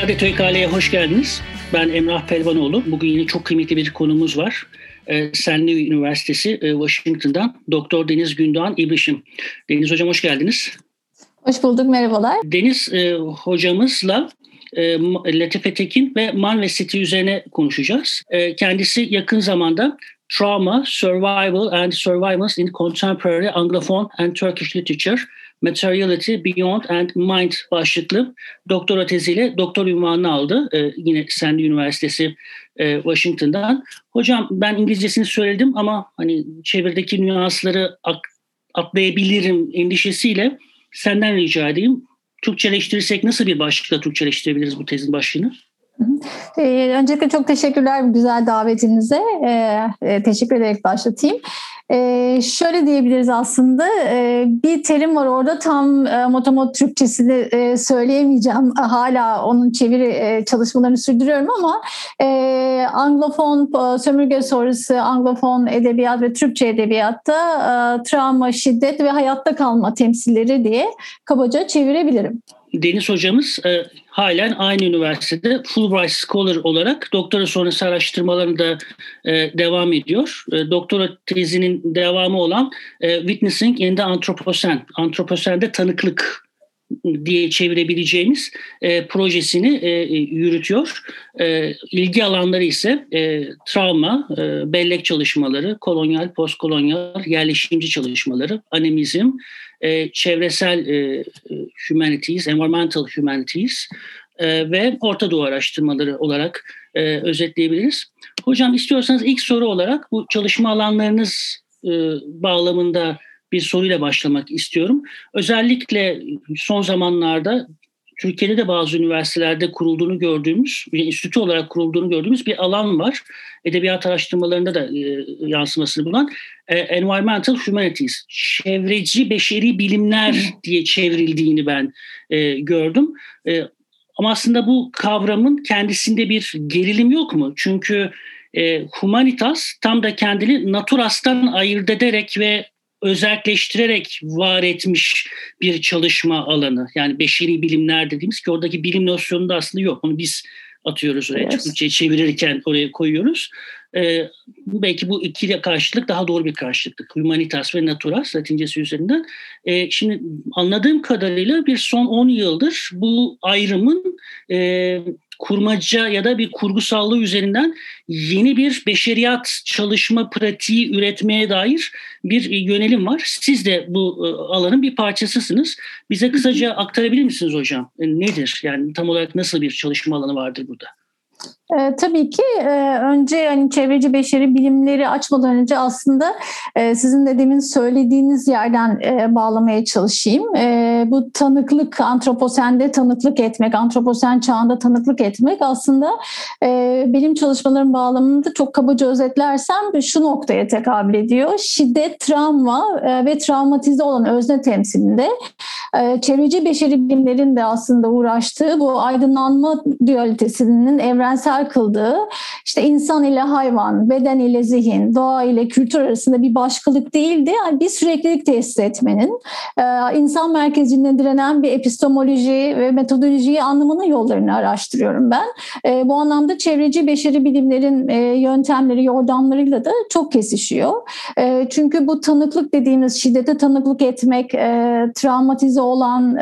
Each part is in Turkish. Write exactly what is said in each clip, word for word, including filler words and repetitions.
Radyo T-K L'ye hoş geldiniz. Ben Emrah Pelvanoğlu. Bugün yine çok kıymetli bir konumuz var. Ee, Stanley Üniversitesi e, Washington'dan Doktor Deniz Gündoğan İbrişim. Deniz Hocam hoş geldiniz. Hoş bulduk, merhabalar. Deniz e, hocamızla e, Latife Tekin ve Man ve City üzerine konuşacağız. E, kendisi yakın zamanda Trauma, Survival and Survivance in Contemporary Anglophone and Turkish Literature, Materiality Beyond and Mind başlıklı doktora teziyle doktor unvanını aldı. Ee, yine Stanley Üniversitesi e, Washington'dan. Hocam ben İngilizcesini söyledim ama hani çevirdeki nüansları ak- atlayabilirim endişesiyle senden rica edeyim. Türkçeleştirirsek nasıl bir başlıkla Türkçeleştirebiliriz bu tezin başlığını? Ee, öncelikle çok teşekkürler bu güzel davetinize. Ee, e, teşekkür ederek başlatayım. Ee, şöyle diyebiliriz aslında, ee, bir terim var orada, tam e, motomot Türkçesini e, söyleyemeyeceğim. Hala onun çeviri e, çalışmalarını sürdürüyorum ama e, Anglofon, sömürge sonrası Anglofon edebiyat ve Türkçe edebiyatta e, travma, şiddet ve hayatta kalma temsilleri diye kabaca çevirebilirim. Deniz hocamız e, halen aynı üniversitede Fulbright Scholar olarak doktora sonrası araştırmalarında e, devam ediyor. E, doktora tezinin devamı olan e, Witnessing in the Anthropocene, Antroposen'de tanıklık diye çevirebileceğimiz e, projesini e, yürütüyor. E, ilgi alanları ise e, travma, e, bellek çalışmaları, kolonyal, postkolonyal, yerleşimci çalışmaları, animizm, e, çevresel e, humanities, environmental humanities e, ve Orta Doğu araştırmaları olarak e, özetleyebiliriz. Hocam istiyorsanız ilk soru olarak bu çalışma alanlarınız e, bağlamında bir soruyla başlamak istiyorum. Özellikle son zamanlarda Türkiye'de de bazı üniversitelerde kurulduğunu gördüğümüz, bir enstitü olarak kurulduğunu gördüğümüz bir alan var. Edebiyat araştırmalarında da e, yansımasını bulan e, Environmental Humanities, çevreci beşeri bilimler diye çevrildiğini ben e, gördüm. E, ama aslında bu kavramın kendisinde bir gerilim yok mu? Çünkü e, humanitas tam da kendini naturastan ayırt ederek ve özelleştirerek var etmiş bir çalışma alanı. Yani beşeri bilimler dediğimiz ki oradaki bilim nosyonu da aslında yok. Onu biz atıyoruz oraya. Evet. Türkçe'ye çevirirken oraya koyuyoruz. Ee, belki bu ikili karşılık daha doğru bir karşılıklık. Humanitas ve naturas Latincesi üzerinden. Ee, şimdi anladığım kadarıyla bir son on yıldır bu ayrımın e, kurmaca ya da bir kurgusallığı üzerinden yeni bir beşeriyat çalışma pratiği üretmeye dair bir yönelim var. Siz de bu alanın bir parçasısınız. Bize kısaca aktarabilir misiniz hocam? Nedir? Yani tam olarak nasıl bir çalışma alanı vardır burada? E, tabii ki e, önce yani çevreci beşeri bilimleri açmadan önce aslında e, sizin de demin söylediğiniz yerden e, bağlamaya çalışayım. E, bu tanıklık, antroposende tanıklık etmek, antroposen çağında tanıklık etmek aslında e, bilim çalışmalarının bağlamında çok kabaca özetlersem şu noktaya tekabül ediyor. Şiddet, travma e, ve travmatize olan özne temsilinde e, çevreci beşeri bilimlerin de aslında uğraştığı bu aydınlanma dualitesinin evrensel kıldığı, işte insan ile hayvan, beden ile zihin, doğa ile kültür arasında bir başkalık değildi. Yani bir süreklilik tesis etmenin, insan merkezciliğine direnen bir epistemoloji ve metodolojiyi anlamanın yollarını araştırıyorum ben. Bu anlamda çevreci beşeri bilimlerin yöntemleri, yordamlarıyla da çok kesişiyor. Çünkü bu tanıklık dediğimiz, şiddete tanıklık etmek, travmatize olan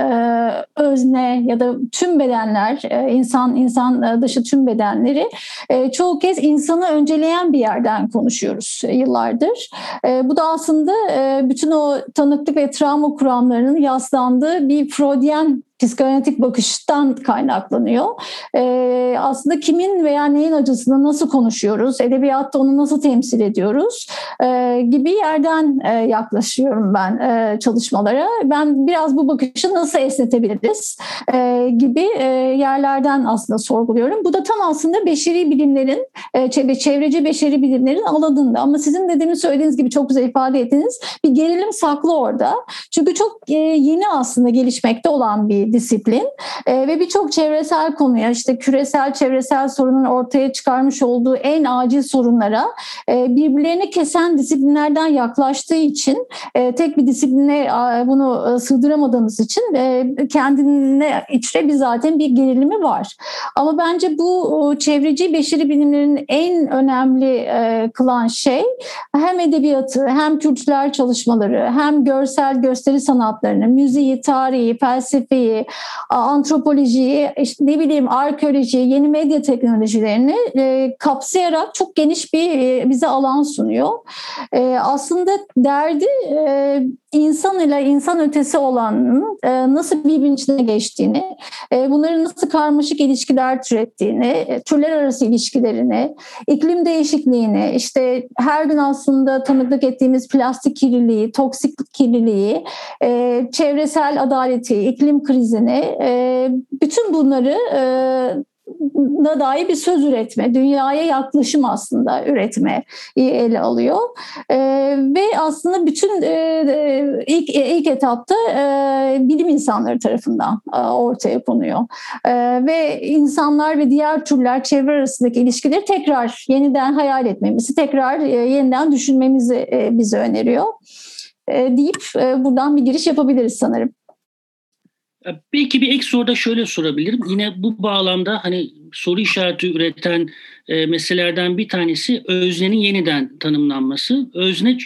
özne ya da tüm bedenler, insan insan dışı tüm bedenleri e, çoğu kez insanı önceleyen bir yerden konuşuyoruz e, yıllardır. E, bu da aslında e, bütün o tanıklık ve travma kuramlarının yaslandığı bir Freudian psikanalitik bakıştan kaynaklanıyor. Ee, aslında kimin veya neyin acısını nasıl konuşuyoruz, edebiyatta onu nasıl temsil ediyoruz ee, gibi yerden e, yaklaşıyorum ben e, çalışmalara. Ben biraz bu bakışı nasıl esnetebiliriz e, gibi e, yerlerden aslında sorguluyorum. Bu da tam aslında beşeri bilimlerin, e, çevreci beşeri bilimlerin alanında. Ama sizin de demin söylediğiniz gibi çok güzel ifade ettiniz. Bir gerilim saklı orada. Çünkü çok e, yeni aslında gelişmekte olan bir bir disiplin e, ve birçok çevresel konuya, işte küresel çevresel sorunun ortaya çıkarmış olduğu en acil sorunlara e, birbirlerini kesen disiplinlerden yaklaştığı için e, tek bir disipline e, bunu e, sığdıramadığımız için e, kendine içre bir zaten bir gerilimi var. Ama bence bu çevreci beşeri bilimlerin en önemli e, kılan şey hem edebiyatı, hem kültürel çalışmaları, hem görsel gösteri sanatlarını, müziği, tarihi, felsefeyi, antropolojiyi, işte ne bileyim arkeolojiyi, yeni medya teknolojilerini e, kapsayarak çok geniş bir e, bize alan sunuyor. E, aslında derdi e, insan ile insan ötesi olanın e, nasıl birbirinin içine geçtiğini, e, bunların nasıl karmaşık ilişkiler türettiğini, e, türler arası ilişkilerini, iklim değişikliğini, işte her gün aslında tanıklık ettiğimiz plastik kirliliği, toksik kirliliği, e, çevresel adaleti, iklim krizini, e, bütün bunları e, da dair bir söz üretme, dünyaya yaklaşım aslında üretme ele alıyor. E, ve aslında bütün e, ilk ilk etapta e, bilim insanları tarafından e, ortaya konuyor. E, ve insanlar ve diğer türler çevre arasındaki ilişkileri tekrar yeniden hayal etmemizi, tekrar e, yeniden düşünmemizi e, bize öneriyor. E, deyip e, buradan bir giriş yapabiliriz sanırım. Belki bir ek soru da şöyle sorabilirim. Yine bu bağlamda hani soru işareti üreten e, meselelerden bir tanesi öznenin yeniden tanımlanması. Özne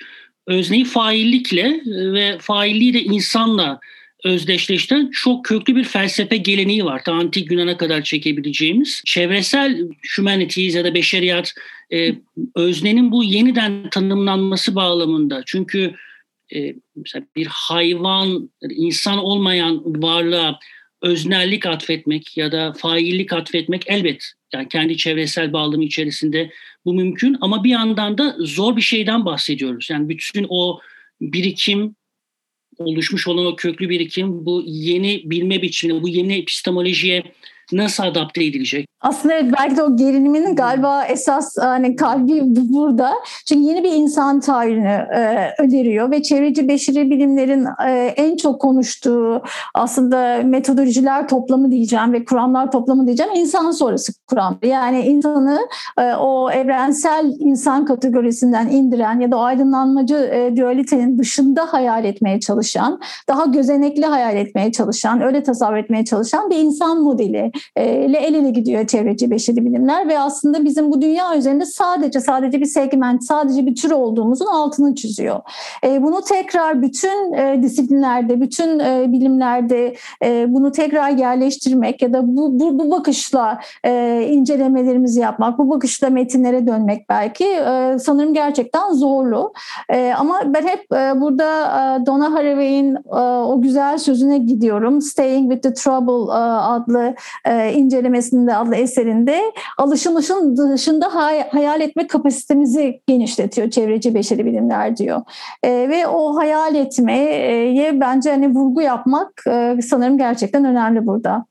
özneyi faillikle ve failliği de insanla özdeşleştiren çok köklü bir felsefe geleneği var. Ta antik Yunan'a kadar çekebileceğimiz. Çevresel humanities ya da beşeriyat e, öznenin bu yeniden tanımlanması bağlamında. Çünkü e, mesela bir hayvan, insan olmayan varlığa öznellik atfetmek ya da faillik atfetmek elbet yani kendi çevresel bağlamı içerisinde bu mümkün ama bir yandan da zor bir şeyden bahsediyoruz. Yani bütün o birikim, oluşmuş olan o köklü birikim bu yeni bilme biçimine, bu yeni epistemolojiye nasıl adapte edilecek? Aslında belki de o gerilimin galiba esas hani kalbi burada. Çünkü yeni bir insan tabirini e, öneriyor ve çevreci beşeri bilimlerin e, en çok konuştuğu aslında metodolojiler toplamı diyeceğim ve kuramlar toplamı diyeceğim. İnsan sonrası kuram. Yani insanı e, o evrensel insan kategorisinden indiren ya da o aydınlanmacı e, dualitenin dışında hayal etmeye çalışan, daha gözenekli hayal etmeye çalışan, öyle tasavvur etmeye çalışan bir insan modeli ile el ele gidiyor çevreci beşeri bilimler ve aslında bizim bu dünya üzerinde sadece sadece bir segment, sadece bir tür olduğumuzun altını çiziyor. E, bunu tekrar bütün e, disiplinlerde, bütün e, bilimlerde e, bunu tekrar yerleştirmek ya da bu bu, bu bakışla e, incelemelerimizi yapmak, bu bakışla metinlere dönmek belki e, sanırım gerçekten zorlu. E, ama ben hep e, burada e, Donna Haraway'in e, o güzel sözüne gidiyorum. Staying with the Trouble e, adlı e, incelemesinde, adlı eserinde alışılmışın dışında hay- hayal etme kapasitemizi genişletiyor çevreci beşeri bilimler diyor. E, ve o hayal etmeye bence hani vurgu yapmak e, sanırım gerçekten önemli burada.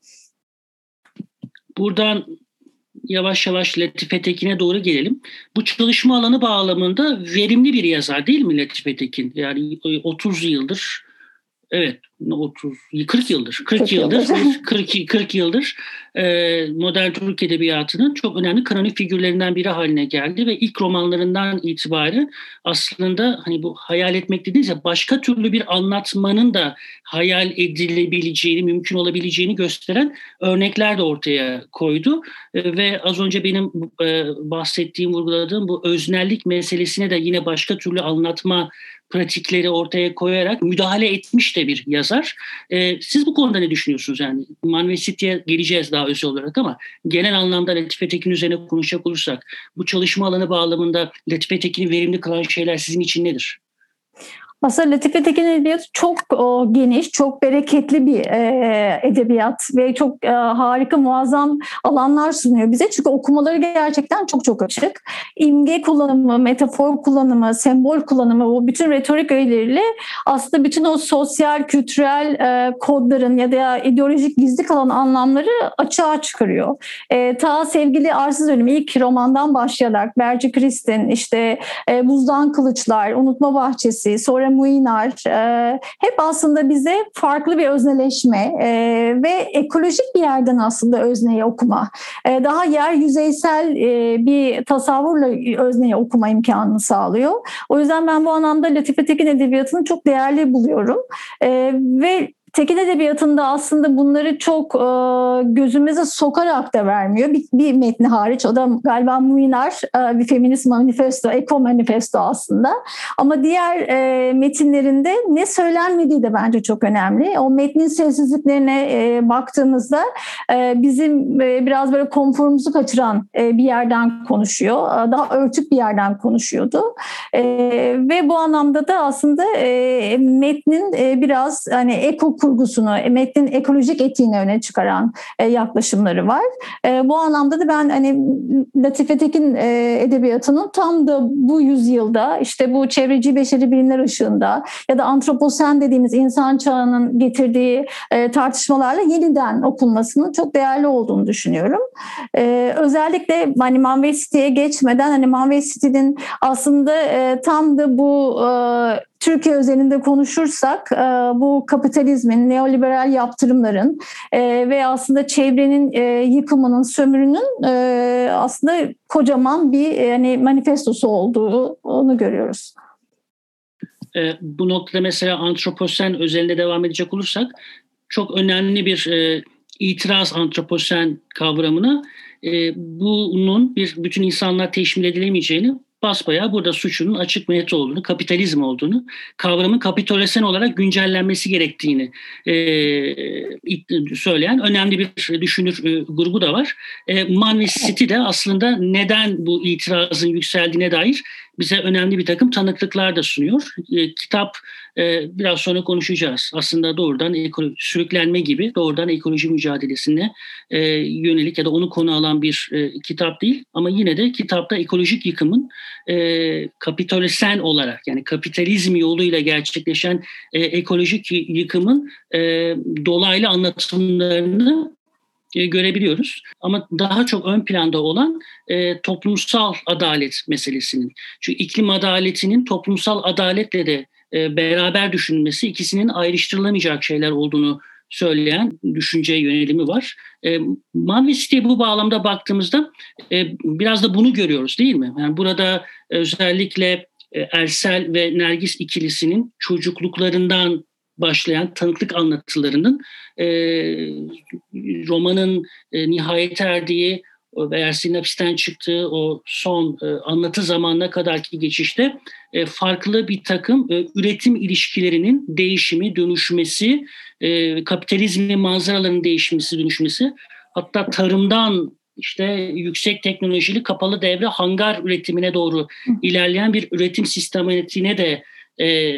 Buradan yavaş yavaş Latife Tekin'e doğru gelelim. Bu çalışma alanı bağlamında verimli bir yazar değil mi Latife Tekin? Yani otuz yıldır, evet otuz kırk yıldır kırk yıldır kırk kırk yıldır e, modern Türk edebiyatının çok önemli kronik figürlerinden biri haline geldi ve ilk romanlarından itibaren aslında hani bu hayal etmek dediğiniz ya başka türlü bir anlatmanın da hayal edilebileceğini, mümkün olabileceğini gösteren örnekler de ortaya koydu. E, ve az önce benim e, bahsettiğim, vurguladığım bu öznellik meselesine de yine başka türlü anlatma pratikleri ortaya koyarak müdahale etmiş de bir yazar. Ee, siz bu konuda ne düşünüyorsunuz? Yani manvesiteye geleceğiz daha özel olarak ama genel anlamda Latife Tekin üzerine konuşacak olursak bu çalışma alanı bağlamında Latife Tekin'i verimli kılan şeyler sizin için nedir? Aslında Latife Tekin edebiyatı çok o, geniş, çok bereketli bir e, edebiyat ve çok e, harika, muazzam alanlar sunuyor bize. Çünkü okumaları gerçekten çok çok açık. İmge kullanımı, metafor kullanımı, sembol kullanımı, o bütün retorik öğeleriyle aslında bütün o sosyal, kültürel e, kodların ya da ideolojik gizli kalan anlamları açığa çıkarıyor. E, ta sevgili Arsız Ölüm ilk romandan başlayarak Berci Krist'in işte e, Buzdan Kılıçlar, Unutma Bahçesi, sonra Muinar e, hep aslında bize farklı bir özneleşme e, ve ekolojik bir yerden aslında özneyi okuma. E, daha yer yüzeysel e, bir tasavvurla özneyi okuma imkanını sağlıyor. O yüzden ben bu anlamda Latife Tekin edebiyatını çok değerli buluyorum. E, ve Tekin Edebiyatı'nda aslında bunları çok e, gözümüze sokarak da vermiyor. Bir, bir metni hariç, o da galiba Muinar, e, bir feminist manifesto, eko manifesto aslında. Ama diğer e, metinlerinde ne söylenmediği de bence çok önemli. O metnin sessizliklerine e, baktığımızda e, bizim e, biraz böyle konforumuzu kaçıran e, bir yerden konuşuyor. E, daha örtük bir yerden konuşuyordu. E, ve bu anlamda da aslında e, metnin e, biraz hani eko kurgusunu, metnin ekolojik etiğini öne çıkaran e, yaklaşımları var. E, bu anlamda da ben hani Latife Tekin e, edebiyatının tam da bu yüzyılda işte bu çevreci beşeri bilimler ışığında ya da antroposen dediğimiz insan çağının getirdiği e, tartışmalarla yeniden okunmasının çok değerli olduğunu düşünüyorum. E, özellikle hani Manvey City'ye geçmeden hani Manvey City'nin aslında e, tam da bu e, Türkiye özelinde konuşursak bu kapitalizmin, neoliberal yaptırımların ve aslında çevrenin yıkımının, sömürünün aslında kocaman bir yani manifestosu olduğunu görüyoruz. Bu noktada mesela antroposen özelinde devam edecek olursak çok önemli bir itiraz antroposen kavramına, bunun bir bütün insanlar teşmil edilemeyeceğini, basbayağı burada suçunun açık ve net olduğunu, kapitalizm olduğunu, kavramın kapitalesen olarak güncellenmesi gerektiğini e, söyleyen önemli bir düşünür e, grubu da var. E, Manvey City de aslında neden bu itirazın yükseldiğine dair bize önemli bir takım tanıklıklar da sunuyor. E, kitap e, biraz sonra konuşacağız. Aslında doğrudan ekolo- sürüklenme gibi doğrudan ekoloji mücadelesine e, yönelik ya da onu konu alan bir e, kitap değil. Ama yine de kitapta ekolojik yıkımın e, kapitalisen olarak yani kapitalizm yoluyla gerçekleşen e, ekolojik yıkımın e, dolaylı anlatımlarını e, görebiliyoruz. Ama daha çok ön planda olan e, toplumsal adalet meselesinin. Çünkü iklim adaletinin toplumsal adaletle de e, beraber düşünülmesi, ikisinin ayrıştırılamayacak şeyler olduğunu söyleyen düşünce yönelimi var. E, Manvey City'ye bu bağlamda baktığımızda e, biraz da bunu görüyoruz değil mi? Yani burada özellikle e, Ersel ve Nergis ikilisinin çocukluklarından başlayan tanıklık anlatılarının e, romanın e, nihayete erdiği ve Ersel'in hapisten çıktığı o son e, anlatı zamanına kadarki geçişte e, farklı bir takım e, üretim ilişkilerinin değişimi, dönüşmesi, e, kapitalizmin manzaralarının değişmesi, dönüşmesi, hatta tarımdan işte yüksek teknolojili kapalı devre hangar üretimine doğru ilerleyen bir üretim sistematiğine de e,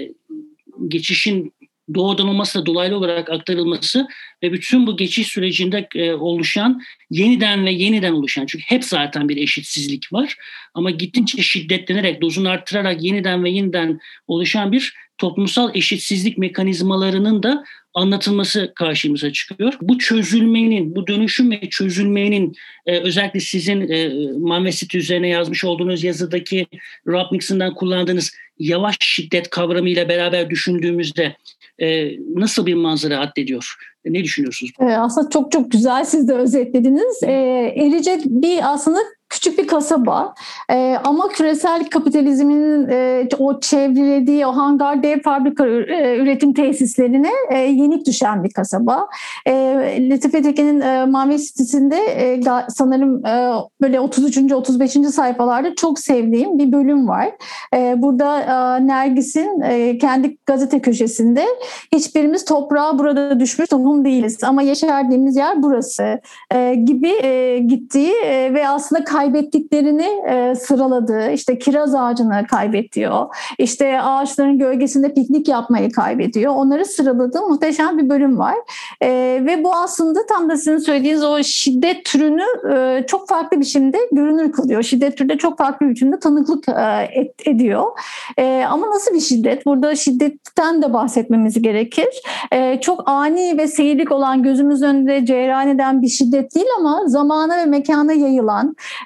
geçişin doğrudan olmasa da dolaylı olarak aktarılması ve bütün bu geçiş sürecinde e, oluşan yeniden ve yeniden oluşan, çünkü hep zaten bir eşitsizlik var ama gittikçe şiddetlenerek, dozunu arttırarak yeniden ve yeniden oluşan bir toplumsal eşitsizlik mekanizmalarının da anlatılması karşımıza çıkıyor. Bu çözülmenin, bu dönüşüm ve çözülmenin e, özellikle sizin e, Manvey City üzerine yazmış olduğunuz yazıdaki Rob Nixon'dan kullandığınız yavaş şiddet kavramıyla beraber düşündüğümüzde e, nasıl bir manzara addediyor? Ne düşünüyorsunuz? Ee, aslında çok çok güzel siz de özetlediniz. Ee, Erice bir aslında küçük bir kasaba ee, ama küresel kapitalizmin e, o çevrelediği o hangar dev fabrika e, üretim tesislerine e, yenik düşen bir kasaba. E, Latife Tekin'in e, Manvey City'sinde e, sanırım e, böyle otuz üçüncü otuz beşinci sayfalarda çok sevdiğim bir bölüm var. E, burada e, Nergis'in e, kendi gazete köşesinde hiçbirimiz toprağa burada düşmüş tohum değiliz ama yeşerdiğimiz yer burası e, gibi e, gittiği e, ve aslında kaybettiklerini e, sıraladığı, işte kiraz ağacını kaybediyor, işte ağaçların gölgesinde piknik yapmayı kaybediyor. Onları sıraladığı muhteşem bir bölüm var. E, ve bu aslında tam da sizin söylediğiniz o şiddet türünü e, çok farklı bir biçimde görünür kılıyor. Şiddet türü de çok farklı bir biçimde tanıklık e, et, ediyor. E, ama nasıl bir şiddet? Burada şiddetten de bahsetmemiz gerekir. E, çok ani ve seyirlik olan, gözümüzün önünde cereyan eden bir şiddet değil ama zamana ve mekana yayılan,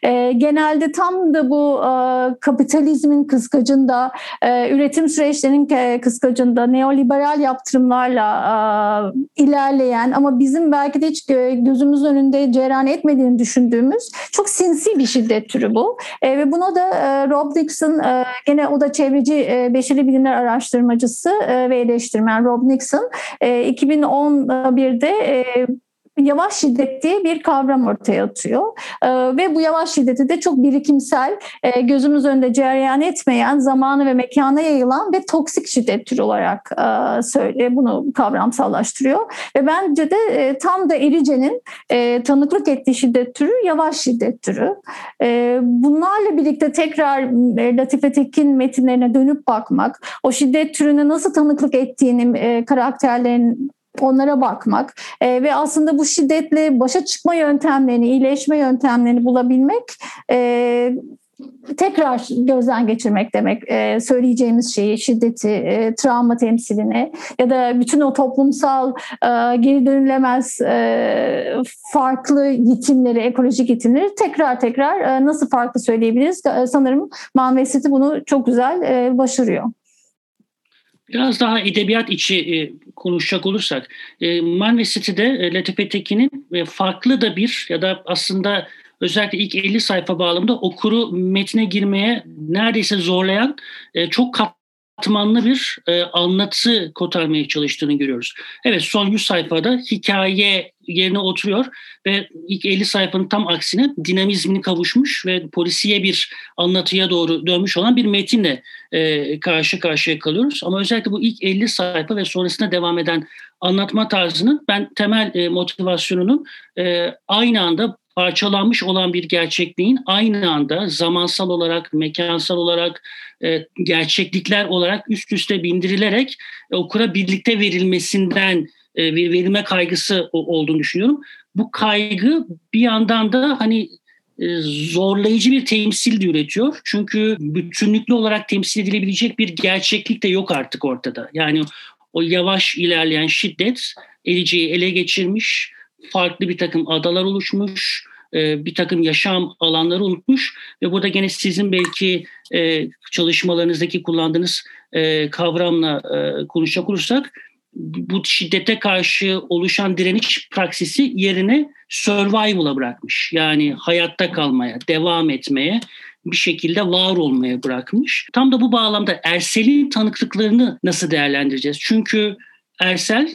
E, genelde tam da bu e, kapitalizmin kıskacında, e, üretim süreçlerinin e, kıskacında neoliberal yaptırımlarla e, ilerleyen ama bizim belki de hiç gözümüz önünde cereyan etmediğini düşündüğümüz çok sinsi bir şiddet türü bu. E, ve buna da e, Rob Nixon, e, gene o da çevreci e, beşeri bilimler araştırmacısı e, ve eleştirmen Rob Nixon e, iki bin on birde e, yavaş şiddet diye bir kavram ortaya atıyor. Ee, ve bu yavaş şiddeti de çok birikimsel, e, gözümüz önünde cereyan etmeyen, zamanı ve mekana yayılan ve toksik şiddet türü olarak e, söyle, bunu kavramsallaştırıyor. Ve bence de e, tam da Erice'nin e, tanıklık ettiği şiddet türü yavaş şiddet türü. E, bunlarla birlikte tekrar e, Latife Tekin metinlerine dönüp bakmak, o şiddet türüne nasıl tanıklık ettiğini, e, karakterlerin onlara bakmak e, ve aslında bu şiddetle başa çıkma yöntemlerini, iyileşme yöntemlerini bulabilmek, e, tekrar gözden geçirmek demek. E, söyleyeceğimiz şeyi, şiddeti, e, travma temsilini ya da bütün o toplumsal e, geri dönülemez e, farklı yitimleri, ekolojik yitimleri tekrar tekrar e, nasıl farklı söyleyebiliriz? E, sanırım Man ve City bunu çok güzel e, başarıyor. Biraz daha edebiyat içi e, konuşacak olursak, e, Man ve City'de e, Latife Tekin'in e, farklı da bir ya da aslında özellikle ilk elli sayfa bağlamında okuru metne girmeye neredeyse zorlayan e, çok katmanlı bir e, anlatı kotarmaya çalıştığını görüyoruz. Evet, son yüz sayfada hikaye yerine oturuyor ve ilk elli sayfanın tam aksine dinamizmini kavuşmuş ve polisiye bir anlatıya doğru dönmüş olan bir metinle e, karşı karşıya kalıyoruz. Ama özellikle bu ilk elli sayfa ve sonrasında devam eden anlatma tarzının ben temel e, motivasyonunun e, aynı anda parçalanmış olan bir gerçekliğin aynı anda zamansal olarak, mekansal olarak, e, gerçeklikler olarak üst üste bindirilerek e, okura birlikte verilmesinden e, bir verilme kaygısı olduğunu düşünüyorum. Bu kaygı bir yandan da hani e, zorlayıcı bir temsil de üretiyor. Çünkü bütünlüklü olarak temsil edilebilecek bir gerçeklik de yok artık ortada. Yani o yavaş ilerleyen şiddet Erice'yi ele geçirmiş, farklı bir takım adalar oluşmuş, bir takım yaşam alanları unutmuş ve burada gene sizin belki çalışmalarınızdaki kullandığınız kavramla konuşacak olursak bu şiddete karşı oluşan direniş praksisi yerine survival'a bırakmış. Yani hayatta kalmaya, devam etmeye, bir şekilde var olmaya bırakmış. Tam da bu bağlamda Ersel'in tanıklıklarını nasıl değerlendireceğiz? Çünkü Ersel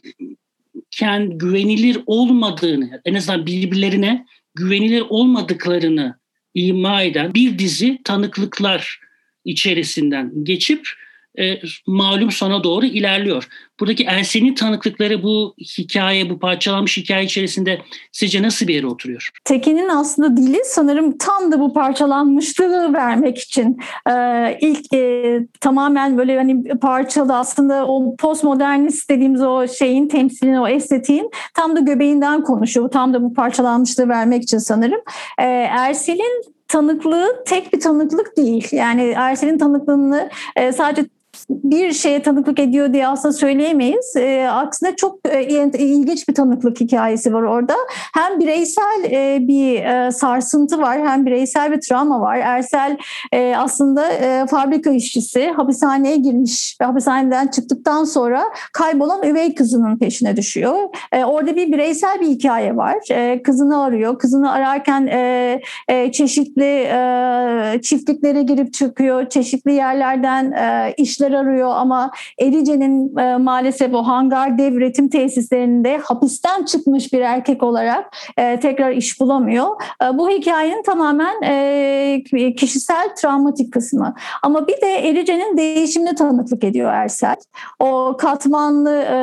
kendi güvenilir olmadığını, en azından birbirlerine güvenilir olmadıklarını ima eden bir dizi tanıklıklar içerisinden geçip e, malum sona doğru ilerliyor. Buradaki Ersel'in tanıklıkları bu hikaye, bu parçalanmış hikaye içerisinde sizce nasıl bir yere oturuyor? Tekin'in aslında dili sanırım tam da bu parçalanmışlığı vermek için ee, ilk e, tamamen böyle hani parçalı, aslında o postmodernist dediğimiz o şeyin temsilini, o estetiğin tam da göbeğinden konuşuyor. Tam da bu parçalanmışlığı vermek için sanırım. Ee, Ersel'in tanıklığı tek bir tanıklık değil. Yani Ersel'in tanıklığını e, sadece bir şeye tanıklık ediyor diye aslında söyleyemeyiz. E, aksine çok e, ilginç bir tanıklık hikayesi var orada. Hem bireysel e, bir e, sarsıntı var, hem bireysel bir travma var. Ersel e, aslında e, fabrika işçisi, hapishaneye girmiş ve hapishaneden çıktıktan sonra kaybolan üvey kızının peşine düşüyor. E, orada bir bireysel bir hikaye var. E, kızını arıyor. Kızını ararken e, e, çeşitli e, çiftliklere girip çıkıyor. Çeşitli yerlerden e, işler arıyor ama Erice'nin e, maalesef o hangar dev üretim tesislerinde hapisten çıkmış bir erkek olarak e, tekrar iş bulamıyor. E, bu hikayenin tamamen e, kişisel travmatik kısmı. Ama bir de Erice'nin değişimine tanıklık ediyor Ersel. O katmanlı e,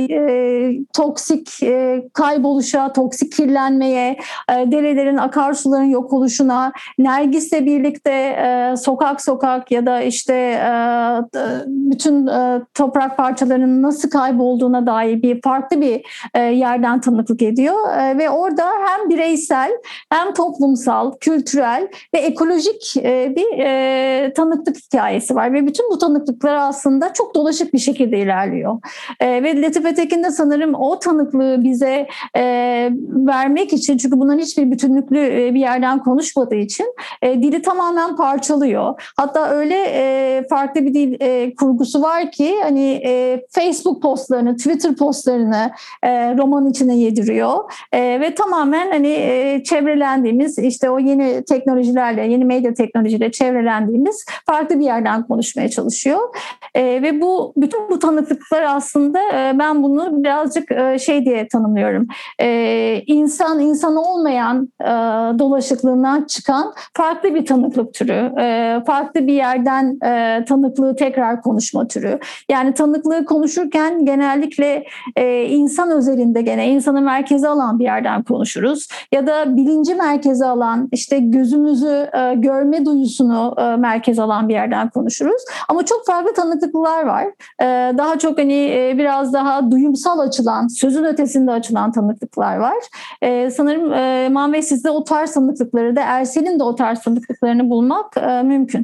e, toksik e, kayboluşa, toksik kirlenmeye, e, derelerin, akarsuların yok oluşuna, Nergis'le birlikte e, sokak sokak ya da işte e, bütün e, toprak parçalarının nasıl kaybolduğuna dair bir farklı bir e, yerden tanıklık ediyor. E, ve orada hem bireysel hem toplumsal, kültürel ve ekolojik e, bir e, tanıklık hikayesi var. Ve bütün bu tanıklıklar aslında çok dolaşık bir şekilde ilerliyor. E, ve Latife Tekin de sanırım o tanıklığı bize e, vermek için, çünkü bunların hiçbir bütünlüklü e, bir yerden konuşmadığı için e, dili tamamen parçalıyor. Hatta öyle e, farklı bir dil e, kurgusu var ki hani e, Facebook postlarını, Twitter postlarını e, roman içine yediriyor e, ve tamamen hani e, çevrelendiğimiz, işte o yeni teknolojilerle, yeni medya teknolojiyle çevrelendiğimiz farklı bir yerden konuşmaya çalışıyor. E, ve bu bütün bu tanıklıklar aslında e, ben bunu birazcık e, şey diye tanımlıyorum. E, insan insan olmayan e, dolaşıklığından çıkan farklı bir tanıklık türü, e, farklı bir yerden e, tanıklığı tekrar konuşma türü. Yani tanıklığı konuşurken genellikle e, insan özelinde, gene insanı merkeze alan bir yerden konuşuruz. Ya da bilinci merkeze alan, işte gözümüzü e, görme duyusunu e, merkeze alan bir yerden konuşuruz. Ama çok farklı tanıklıklar var. E, daha çok hani e, biraz daha duyumsal açılan, sözün ötesinde açılan tanıklıklar var. E, sanırım e, Man Bey, sizde o tarz tanıklıkları da, Ersel'in de o tarz tanıklıklarını bulmak e, mümkün.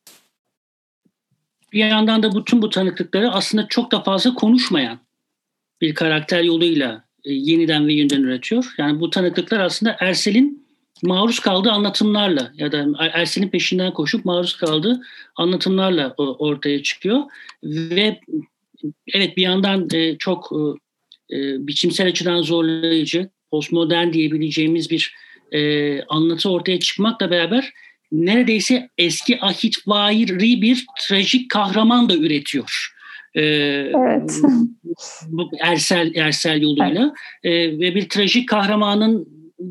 Bir yandan da bütün bu tanıklıkları aslında çok da fazla konuşmayan bir karakter yoluyla e, yeniden ve yeniden üretiyor. Yani bu tanıklıklar aslında Ersel'in maruz kaldığı anlatımlarla ya da Ersel'in peşinden koşup maruz kaldığı anlatımlarla ortaya çıkıyor. Ve evet, bir yandan e, çok e, biçimsel açıdan zorlayıcı, postmodern diyebileceğimiz bir e, anlatı ortaya çıkmakla beraber neredeyse eski ahitvari bir trajik kahraman da üretiyor. Ee, evet. Bu Ersel Ersel yoluyla evet. ee, ve bir trajik kahramanın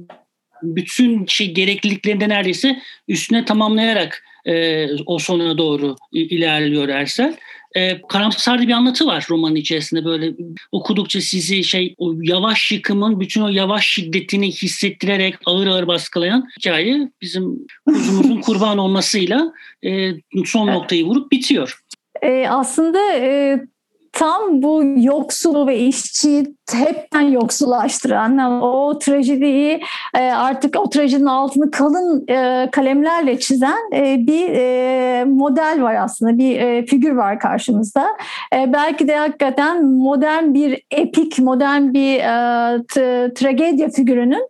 bütün şey gerekliliklerini neredeyse üstüne tamamlayarak e, o sona doğru ilerliyor Ersel. Ee, karamsar bir anlatı var romanın içerisinde, böyle okudukça sizi şey o yavaş yıkımın bütün o yavaş şiddetini hissettirerek ağır ağır baskılayan hikaye bizim kuzumuzun kurban olmasıyla e, son noktayı vurup bitiyor. E, aslında e, tam bu yoksulu ve işçiyi hepten yoksullaştıran, o trajediyi artık o trajedinin altını kalın kalemlerle çizen bir model var aslında, bir figür var karşımızda. Belki de hakikaten modern bir epik, modern bir tragedya figürünün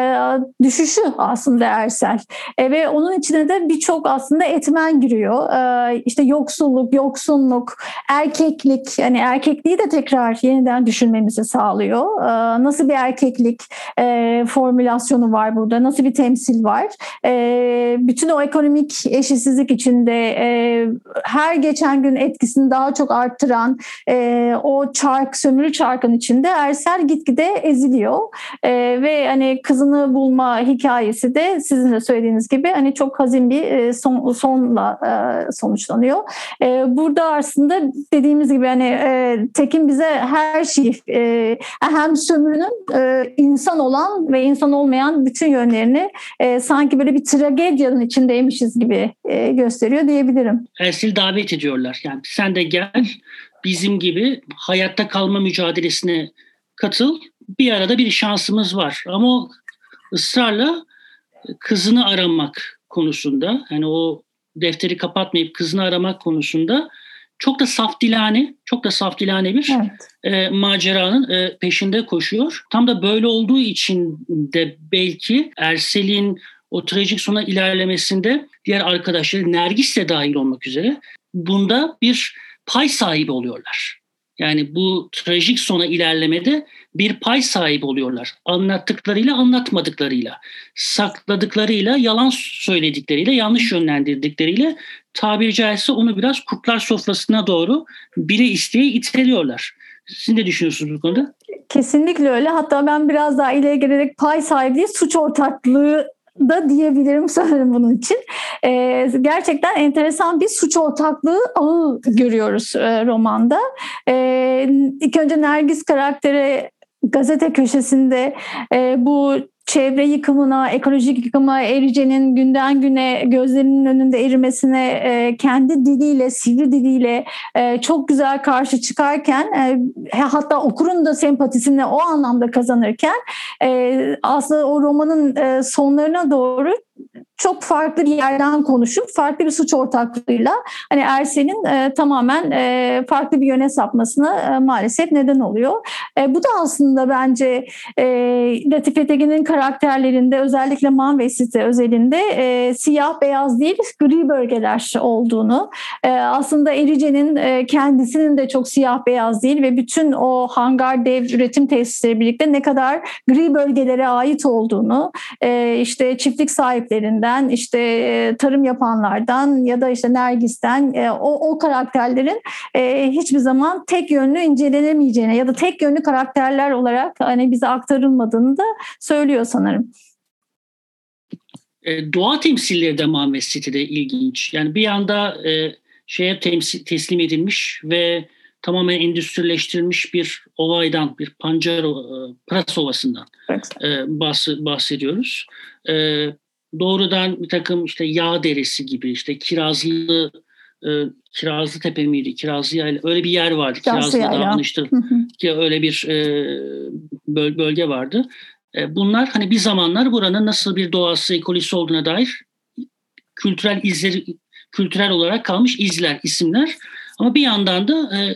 düşüşü aslında Ersel. Ve onun içine de birçok aslında etmen giriyor. İşte yoksulluk, yoksunluk, erkeklik, yani erkekliği de tekrar yeniden düşünmemizi sağlıyor. Nasıl bir erkeklik e, formülasyonu var burada? Nasıl bir temsil var? E, bütün o ekonomik eşitsizlik içinde e, her geçen gün etkisini daha çok arttıran e, o çark, sömürü çarkın içinde Ersel gitgide eziliyor. E, ve hani kızını bulma hikayesi de sizin de söylediğiniz gibi hani çok hazin bir son, sonla e, sonuçlanıyor. E, burada aslında dediğimiz gibi hani e, Tekin bize her şeyi e, hem sömürünün e, insan olan ve insan olmayan bütün yönlerini e, sanki böyle bir tragedyanın içindeymişiz gibi e, gösteriyor diyebilirim. Ersel'i davet ediyorlar. Yani sen de gel, bizim gibi hayatta kalma mücadelesine katıl. Bir arada bir şansımız var. Ama o ısrarla kızını aramak konusunda, hani o defteri kapatmayıp kızını aramak konusunda çok da safdilane, çok da safdilane bir evet. e, maceranın e, peşinde koşuyor. Tam da böyle olduğu için de belki Ersel'in o trajik sona ilerlemesinde diğer arkadaşları, Nergis de dahil olmak üzere, bunda bir pay sahibi oluyorlar. Yani bu trajik sona ilerlemede bir pay sahibi oluyorlar. Anlattıklarıyla, anlatmadıklarıyla, sakladıklarıyla, yalan söyledikleriyle, yanlış yönlendirdikleriyle, tabiri caizse onu biraz kurtlar sofrasına doğru bile isteye iteliyorlar. Siz ne düşünüyorsunuz bu konuda? Kesinlikle öyle. Hatta ben biraz daha ileri gelerek pay sahibi değil, suç ortaklığı da diyebilirim sanırım bunun için. Ee, gerçekten enteresan bir suç ortaklığı ağı görüyoruz e, romanda. Ee, ilk önce Nergis karakteri gazete köşesinde e, bu çevre yıkımına, ekolojik yıkıma, Erice'nin günden güne gözlerinin önünde erimesine e, kendi diliyle, sivri diliyle e, çok güzel karşı çıkarken, e, hatta okurun da sempatisini o anlamda kazanırken, e, aslında o romanın e, sonlarına doğru çok farklı bir yerden konuşup farklı bir suç ortaklığıyla hani Ersen'in e, tamamen e, farklı bir yöne sapmasına e, maalesef neden oluyor. E, bu da aslında bence e, Latife Tekin'in karakterlerinde, özellikle Man ve Site özelinde e, siyah beyaz değil gri bölgeler olduğunu, e, aslında Erice'nin e, kendisinin de çok siyah beyaz değil ve bütün o hangar dev üretim tesisleri birlikte ne kadar gri bölgelere ait olduğunu, e, işte çiftlik sahiplerinden, işte tarım yapanlardan ya da işte Nergis'ten o, o karakterlerin e, hiçbir zaman tek yönlü incelenemeyeceğine ya da tek yönlü karakterler olarak hani bize aktarılmadığını da söylüyor sanırım. E, doğa temsilleri de Manves City'de ilginç. Yani bir yanda e, şeye temsil, teslim edilmiş ve tamamen endüstrileştirilmiş bir olaydan, bir pancar, e, Pras Ovası'ndan evet. e, bahs, bahsediyoruz. E, doğrudan bir takım işte yağ deresi gibi, işte Kirazlı e, Kirazlı Tepe miydi? Kirazlı Yayla, öyle bir yer vardı. Kirazlı Dağ anıştır ki öyle bir e, bölge vardı. E, bunlar hani bir zamanlar buranın nasıl bir doğası, ekolojisi olduğuna dair kültürel izleri, kültürel olarak kalmış izler, isimler. Ama bir yandan da e,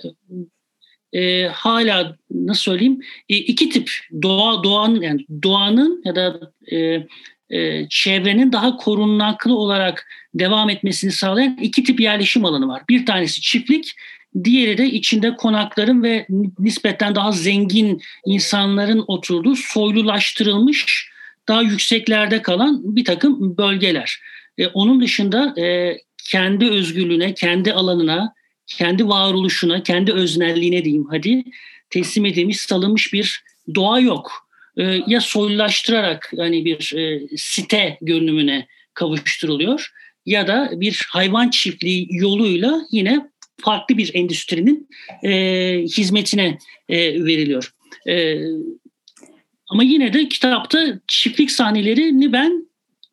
e, hala nasıl söyleyeyim e, iki tip doğa doğanın yani doğanın ya da e, e, çevrenin daha korunaklı olarak devam etmesini sağlayan iki tip yerleşim alanı var. Bir tanesi çiftlik, diğeri de içinde konakların ve nispeten daha zengin insanların oturduğu soylulaştırılmış daha yükseklerde kalan bir takım bölgeler. E, onun dışında e, kendi özgürlüğüne, kendi alanına, kendi varoluşuna, kendi öznelliğine diyeyim hadi teslim edilmiş, salınmış bir doğa yok. E, ya soylulaştırarak hani bir e, site görünümüne kavuşturuluyor ya da bir hayvan çiftliği yoluyla yine farklı bir endüstrinin e, hizmetine e, veriliyor. E, ama yine de kitapta çiftlik sahnelerini ben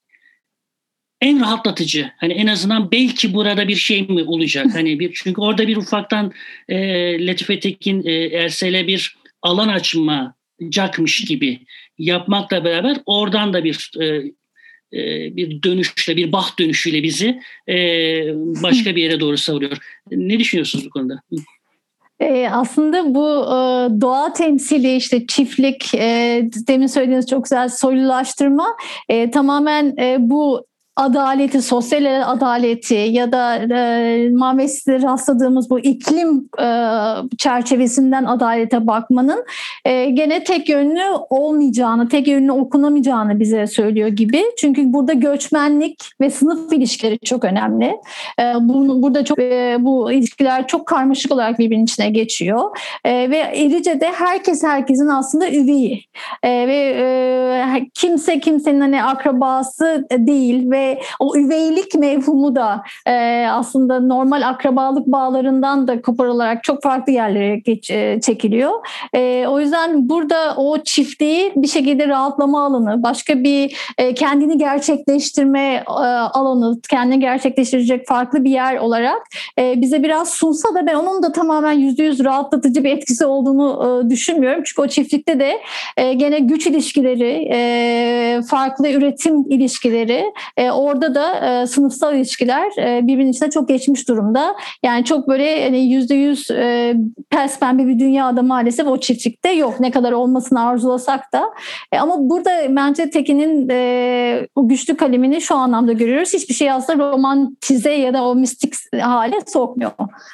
en rahatlatıcı. Hani en azından belki burada bir şey mi olacak? Hani bir çünkü orada bir ufaktan e, Latife Tekin e, Ersel'e bir alan açmayacakmış gibi yapmakla beraber oradan da bir e, e, bir dönüşle, bir bah dönüşüyle bizi e, başka bir yere doğru savuruyor. Ne düşünüyorsunuz bu konuda? Ee, aslında bu e, doğa temsili, işte çiftlik, e, demin söylediğiniz çok güzel soylulaştırma, e, tamamen e, bu adaleti, sosyal adaleti ya da e, Manves'te rastladığımız bu iklim e, çerçevesinden adalete bakmanın e, gene tek yönlü olmayacağını, tek yönlü okunamayacağını bize söylüyor gibi. Çünkü burada göçmenlik ve sınıf ilişkileri çok önemli. E, bu, burada çok e, bu ilişkiler çok karmaşık olarak birbirinin içine geçiyor. E, ve Erice'de herkes herkesin aslında üveyi. E, ve e, kimse kimsenin hani akrabası değil ve o üveylik mevhumu da e, aslında normal akrabalık bağlarından da koparılarak çok farklı yerlere geç, e, çekiliyor. E, o yüzden burada o çiftliği bir şekilde rahatlama alanı, başka bir e, kendini gerçekleştirme e, alanı, kendini gerçekleştirecek farklı bir yer olarak e, bize biraz sunsa da ben onun da tamamen yüzde yüz rahatlatıcı bir etkisi olduğunu e, düşünmüyorum. Çünkü o çiftlikte de e, gene güç ilişkileri, e, farklı üretim ilişkileri, e, orada da e, sınıfsal ilişkiler e, birbirinin içine çok geçmiş durumda. Yani çok böyle hani yüzde yüz e, pes pembe bir dünyada maalesef o çiftlikte yok. Ne kadar olmasını arzulasak da. E, ama burada bence Tekin'in e, o güçlü kalemini şu anlamda görüyoruz. Hiçbir şey aslında romantize ya da o mistik hale sokmuyor.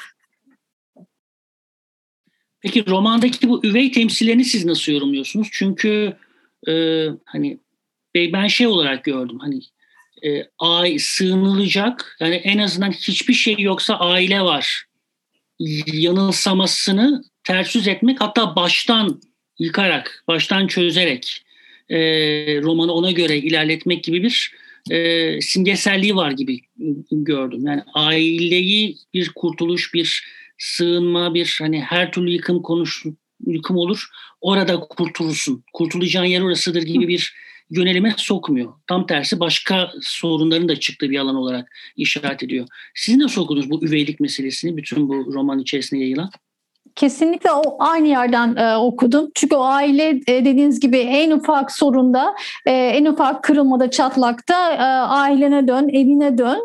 Peki romandaki bu üvey temsillerini siz nasıl yorumluyorsunuz? Çünkü e, hani ben şey olarak gördüm, hani e, aile sığınılacak, yani en azından hiçbir şey yoksa aile var yanılsamasını ters yüz etmek, hatta baştan yıkarak, baştan çözerek e, romanı ona göre ilerletmek gibi bir e, simgeselliği var gibi gördüm. Yani aileyi bir kurtuluş, bir sığınma, bir hani her türlü yıkım konuş, yıkım olur, orada kurtulursun, kurtulacağın yer orasıdır gibi bir yönelime sokmuyor. Tam tersi başka sorunların da çıktığı bir alan olarak işaret ediyor. Siz nasıl okudunuz bu üveylik meselesini bütün bu roman içerisinde yayılan? Kesinlikle o aynı yerden e, okudum. Çünkü o aile e, dediğiniz gibi en ufak sorunda, e, en ufak kırılmada, çatlakta e, ailene dön, evine dön,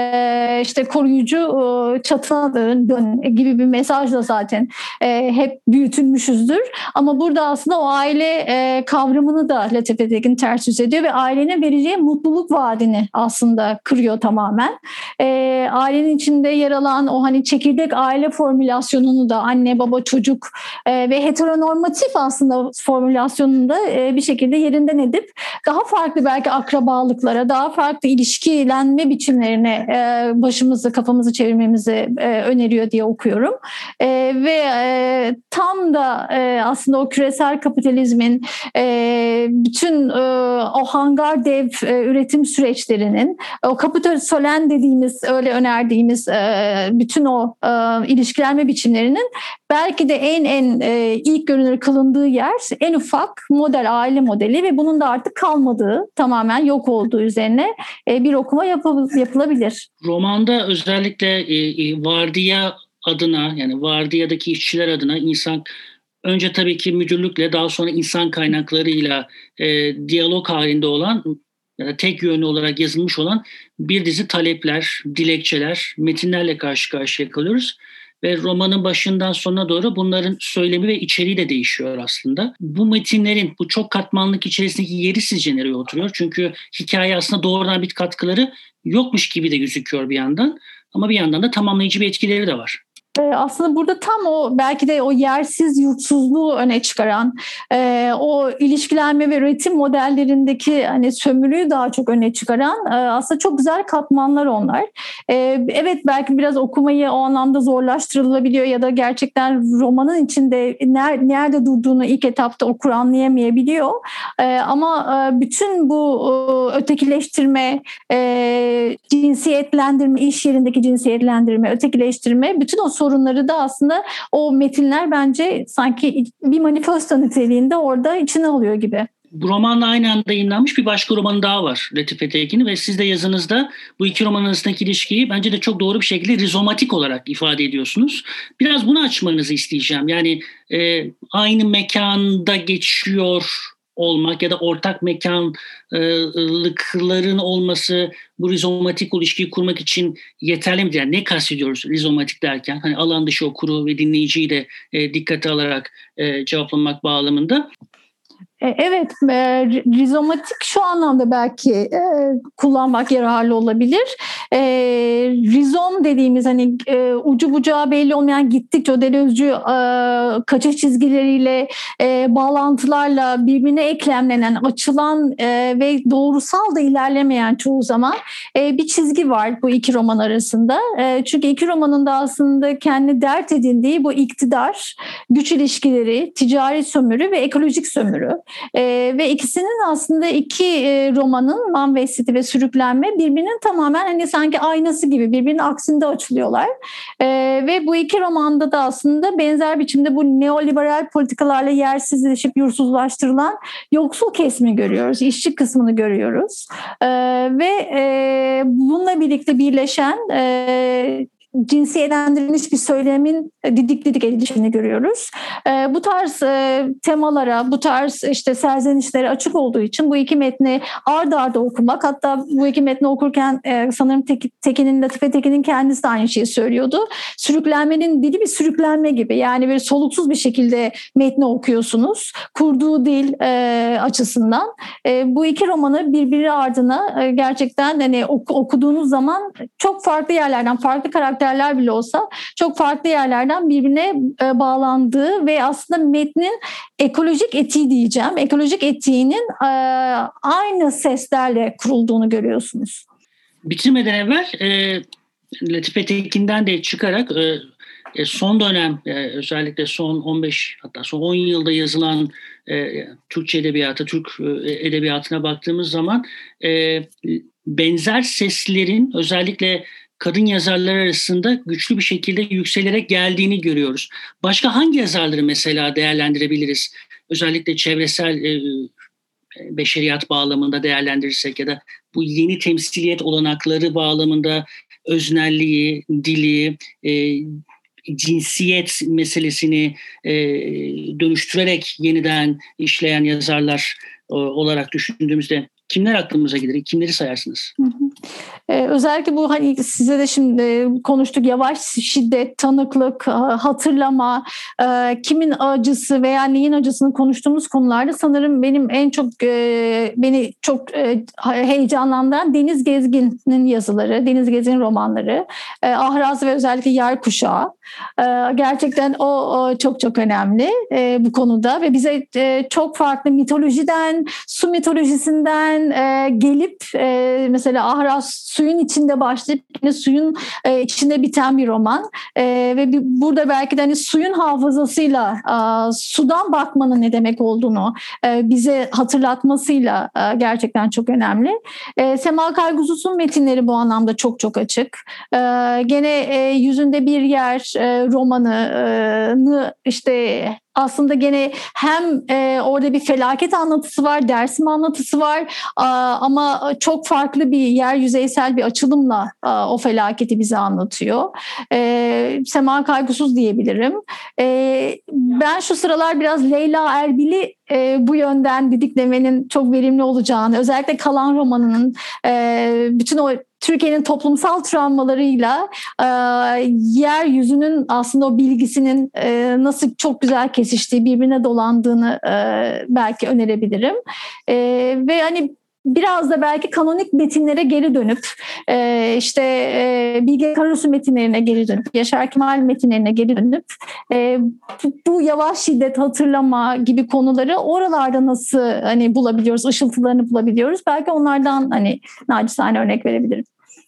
e, işte koruyucu e, çatına dön, dön gibi bir mesajla zaten e, hep büyütülmüşüzdür. Ama burada aslında o aile e, kavramını da Latife Tekin ters yüz ediyor ve ailenin vereceği mutluluk vaadini aslında kırıyor tamamen. E, ailenin içinde yer alan o hani çekirdek aile formülasyonunu da anne, baba, çocuk e, ve heteronormatif aslında formülasyonunu da e, bir şekilde yerinden edip daha farklı belki akrabalıklara, daha farklı ilişkilenme biçimlerine e, başımızı, kafamızı çevirmemizi e, öneriyor diye okuyorum. E, ve e, tam da e, aslında o küresel kapitalizmin e, bütün e, o hangar dev e, üretim süreçlerinin, o kapital solen dediğimiz, öyle önerdiğimiz e, bütün o e, ilişkilenme biçimlerinin belki de en en e, ilk görünür kılındığı yer en ufak model, aile modeli ve bunun da artık kalmadığı, tamamen yok olduğu üzerine e, bir okuma yapı- yapılabilir. Romanda özellikle e, vardiya adına, yani vardiyadaki işçiler adına insan önce tabii ki müdürlükle, daha sonra insan kaynaklarıyla e, diyalog halinde olan ya da tek yönlü olarak yazılmış olan bir dizi talepler, dilekçeler, metinlerle karşı karşıya kalıyoruz. Ve romanın başından sonuna doğru bunların söylemi ve içeriği de değişiyor aslında. Bu metinlerin bu çok katmanlık içerisindeki yeri sizce nereye oturuyor? Çünkü hikaye aslında doğrudan bir katkıları yokmuş gibi de gözüküyor bir yandan. Ama bir yandan da tamamlayıcı bir etkileri de var. Aslında burada tam o belki de o yersiz yurtsuzluğu öne çıkaran, e, o ilişkilenme ve üretim modellerindeki hani sömürüyü daha çok öne çıkaran e, aslında çok güzel katmanlar onlar. E, evet belki biraz okumayı o anlamda zorlaştırılabiliyor ya da gerçekten romanın içinde ner, nerede durduğunu ilk etapta okur anlayamayabiliyor. E, ama e, bütün bu e, ötekileştirme, e, cinsiyetlendirme, iş yerindeki cinsiyetlendirme, ötekileştirme, bütün o sorunları da aslında o metinler bence sanki bir manifesto niteliğinde orada içine alıyor gibi. Bu romanla aynı anda yayınlanmış bir başka romanı daha var Latife Tekin'in ve siz de yazınızda bu iki roman arasındaki ilişkiyi bence de çok doğru bir şekilde rizomatik olarak ifade ediyorsunuz. Biraz bunu açmanızı isteyeceğim. Yani e, aynı mekanda geçiyor olmak ya da ortak mekanlıkların olması bu rizomatik ilişkiyi kurmak için yeterli midir? Yani ne kastediyoruz rizomatik derken? Hani alan dışı okuru ve dinleyiciyi de e, dikkate alarak e, cevaplamak bağlamında. Evet, rizomatik şu anlamda belki e, kullanmak yararlı olabilir. E, rizom dediğimiz hani e, ucu bucağı belli olmayan gittikçe o Deleuze'cü e, kaçış çizgileriyle, e, bağlantılarla birbirine eklemlenen, açılan e, ve doğrusal da ilerlemeyen çoğu zaman e, bir çizgi var bu iki roman arasında. E, çünkü iki romanın da aslında kendi dert edindiği bu iktidar, güç ilişkileri, ticari sömürü ve ekolojik sömürü. Ee, ve ikisinin aslında iki e, romanın Man City ve Sürüklenme birbirinin tamamen hani sanki aynası gibi birbirinin aksinde açılıyorlar. Ee, ve bu iki romanda da aslında benzer biçimde bu neoliberal politikalarla yersizleşip yursuzlaştırılan yoksul kesimi görüyoruz, işçi kısmını görüyoruz. Ee, ve e, bununla birlikte birleşen e, cinsiyetlendirilmiş bir söylemin didik didik edilişini görüyoruz. E, bu tarz e, temalara, bu tarz işte serzenişlere açık olduğu için bu iki metni ard arda okumak, hatta bu iki metni okurken e, sanırım Tek, Tekin'in, Latife Tekin'in kendisi de aynı şeyi söylüyordu. Sürüklenmenin dili bir sürüklenme gibi, yani bir soluksuz bir şekilde metni okuyorsunuz. Kurduğu dil e, açısından. E, bu iki romanı birbiri ardına e, gerçekten hani oku, okuduğunuz zaman çok farklı yerlerden, farklı karakterler bile olsa çok farklı yerlerden birbirine e, bağlandığı ve aslında metnin ekolojik etiği diyeceğim. Ekolojik etiğinin e, aynı seslerle kurulduğunu görüyorsunuz. Bitirmeden evvel e, Latife Tekin'den de çıkarak e, e, son dönem e, özellikle son on beş hatta son on yılda yazılan e, Türkçe edebiyatı, Türk e, edebiyatına baktığımız zaman e, benzer seslerin özellikle kadın yazarlar arasında güçlü bir şekilde yükselerek geldiğini görüyoruz. Başka hangi yazarları mesela değerlendirebiliriz? Özellikle çevresel e, beşeriyat bağlamında değerlendirirsek ya da bu yeni temsiliyet olanakları bağlamında öznelliği, dili, e, cinsiyet meselesini e, dönüştürerek yeniden işleyen yazarlar e, olarak düşündüğümüzde kimler aklımıza gelir? Kimleri sayarsınız? Hı hı. Ee, özellikle bu hani size de şimdi konuştuk, yavaş şiddet, tanıklık, hatırlama, e, kimin acısı veya neyin acısını konuştuğumuz konularda sanırım benim en çok e, beni çok e, heyecanlandıran Deniz Gezgin'in yazıları, Deniz Gezgin romanları, e, Ahraz ve özellikle Yer Kuşağı. E, gerçekten o, o çok çok önemli e, bu konuda ve bize e, çok farklı mitolojiden, su mitolojisinden e, gelip e, mesela Ahraz suyun içinde başlayıp yine suyun e, içinde biten bir roman e, ve bir, burada belki de hani suyun hafızasıyla e, sudan bakmanın ne demek olduğunu e, bize hatırlatmasıyla e, gerçekten çok önemli. E, Sema Kaygusuz'un metinleri bu anlamda çok çok açık. E, gene e, Yüzünde Bir Yer e, romanını işte aslında gene hem e, orada bir felaket anlatısı var, Dersim anlatısı var a, ama çok farklı bir yer yüzeysel bir açılımla a, o felaketi bize anlatıyor. E, Sema Kaygusuz diyebilirim. E, ben şu sıralar biraz Leyla Erbil'i e, bu yönden didiklemenin çok verimli olacağını, özellikle Kalan romanının e, bütün o Türkiye'nin toplumsal travmalarıyla e, yeryüzünün aslında o bilgisinin e, nasıl çok güzel kesiştiği, birbirine dolandığını e, belki önerebilirim. E, ve hani biraz da belki kanonik metinlere geri dönüp e, işte e, Bilge Karasu metinlerine geri dönüp Yaşar Kemal metinlerine geri dönüp e, bu, bu yavaş şiddet, hatırlama gibi konuları oralarda nasıl hani bulabiliyoruz, ışıltılarını bulabiliyoruz. Belki onlardan hani nacizane örnek verebilirim.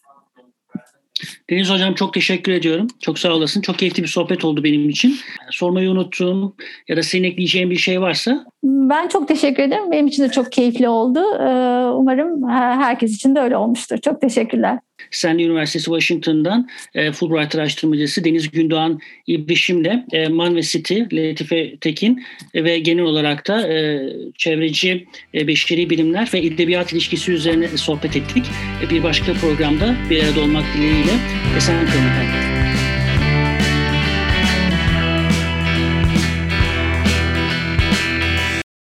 Deniz Hocam çok teşekkür ediyorum. Çok sağ olasın. Çok keyifli bir sohbet oldu benim için. Sormayı unuttuğum ya da senin ekleyeceğin bir şey varsa. Ben çok teşekkür ederim. Benim için de çok keyifli oldu. Umarım herkes için de öyle olmuştur. Çok teşekkürler. Stanley Üniversitesi Washington'dan e, Fulbright araştırmacısı Deniz Gündoğan İbrişim'le e, Man ve City, Latife Tekin e, ve genel olarak da e, çevreci, e, beşeri bilimler ve edebiyat ilişkisi üzerine sohbet ettik. E, bir başka programda bir arada olmak dileğiyle esen kalın efendim.